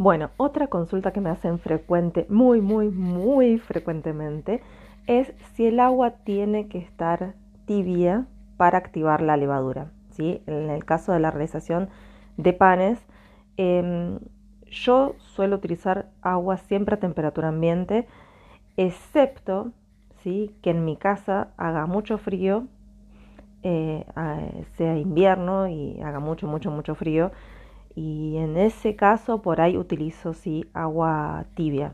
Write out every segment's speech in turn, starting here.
Bueno, otra consulta que me hacen muy frecuentemente, es si el agua tiene que estar tibia para activar la levadura, ¿sí? En el caso de la realización de panes, em, yo suelo utilizar agua siempre a temperatura ambiente, excepto, ¿sí?, que en mi casa haga mucho frío, sea invierno y haga mucho frío, y en ese caso por ahí utilizo sí agua tibia,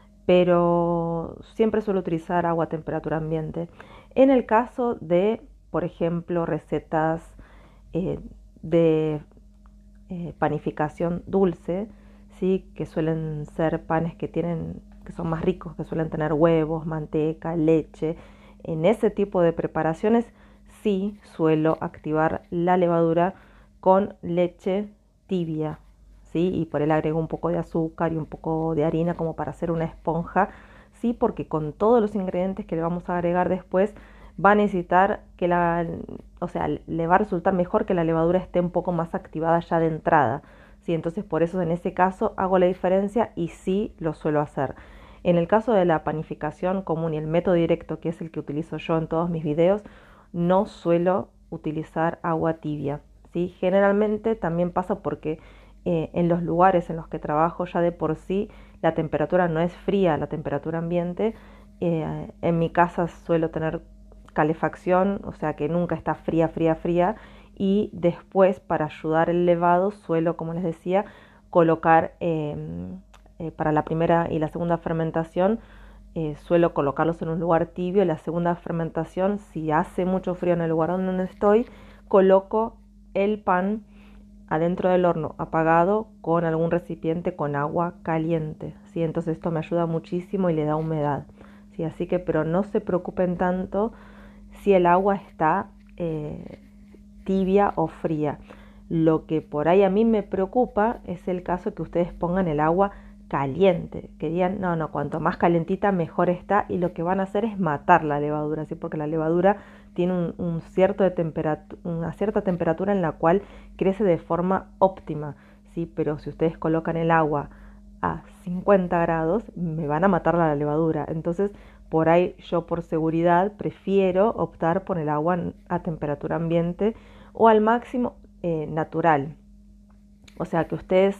pero siempre suelo utilizar agua a temperatura ambiente. En el caso de, por ejemplo, recetas eh, de panificación dulce, sí, que suelen ser panes que son más ricos, que suelen tener huevos, manteca, leche. En ese tipo de preparaciones sí suelo activar la levadura con leche tibia, ¿sí? Y por él agrego un poco de azúcar y un poco de harina como para hacer una esponja, ¿sí? Porque con todos los ingredientes que le vamos a agregar después va a necesitar o sea, le va a resultar mejor que la levadura esté un poco más activada ya de entrada, ¿sí? Entonces por eso en ese caso hago la diferencia y sí lo suelo hacer. En el caso de la panificación común y el método directo, que es el que utilizo yo en todos mis videos, no suelo utilizar agua tibia, ¿sí? Generalmente también pasa porque en los lugares en los que trabajo ya de por sí la temperatura no es fría, la temperatura ambiente. En mi casa suelo tener calefacción, o sea que nunca está fría, y después para ayudar el levado suelo, como les decía, colocar para la primera y la segunda fermentación, suelo colocarlos en un lugar tibio. La segunda fermentación, si hace mucho frío en el lugar donde estoy, coloco el pan adentro del horno apagado con algún recipiente con agua caliente, ¿sí? Entonces esto me ayuda muchísimo y le da humedad, ¿sí? Así que, pero no se preocupen tanto si el agua está tibia o fría. Lo que por ahí a mí me preocupa es el caso que ustedes pongan el agua caliente, que digan, no, cuanto más calentita mejor está, y lo que van a hacer es matar la levadura, ¿sí? Porque la levadura tiene una cierta temperatura en la cual crece de forma óptima, ¿sí? Pero si ustedes colocan el agua a 50 grados, me van a matar la levadura. Entonces, por ahí yo por seguridad prefiero optar por el agua a temperatura ambiente o al máximo natural. O sea que ustedes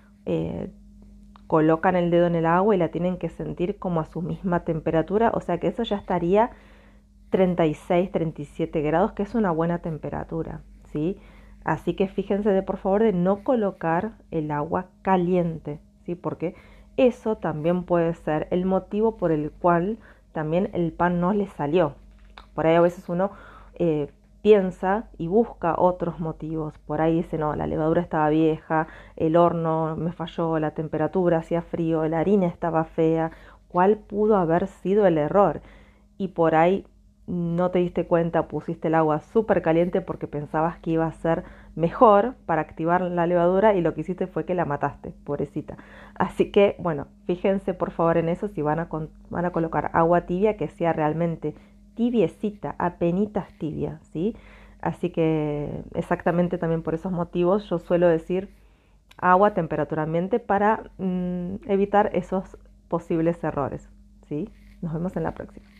colocan el dedo en el agua y la tienen que sentir como a su misma temperatura, o sea que eso ya estaría 36, 37 grados, que es una buena temperatura, ¿sí? Así que fíjense por favor de no colocar el agua caliente, ¿sí? Porque eso también puede ser el motivo por el cual también el pan no le salió. Por ahí a veces uno piensa y busca otros motivos. Por ahí dice, no, la levadura estaba vieja, el horno me falló, la temperatura hacía frío, la harina estaba fea. ¿Cuál pudo haber sido el error? Y por ahí no te diste cuenta, pusiste el agua súper caliente porque pensabas que iba a ser mejor para activar la levadura, y lo que hiciste fue que la mataste, pobrecita. Así que, bueno, fíjense por favor en eso, si van a colocar agua tibia, que sea realmente tibiecita, apenitas tibia, ¿sí? Así que exactamente también por esos motivos yo suelo decir agua a temperatura ambiente para evitar esos posibles errores, ¿sí? Nos vemos en la próxima.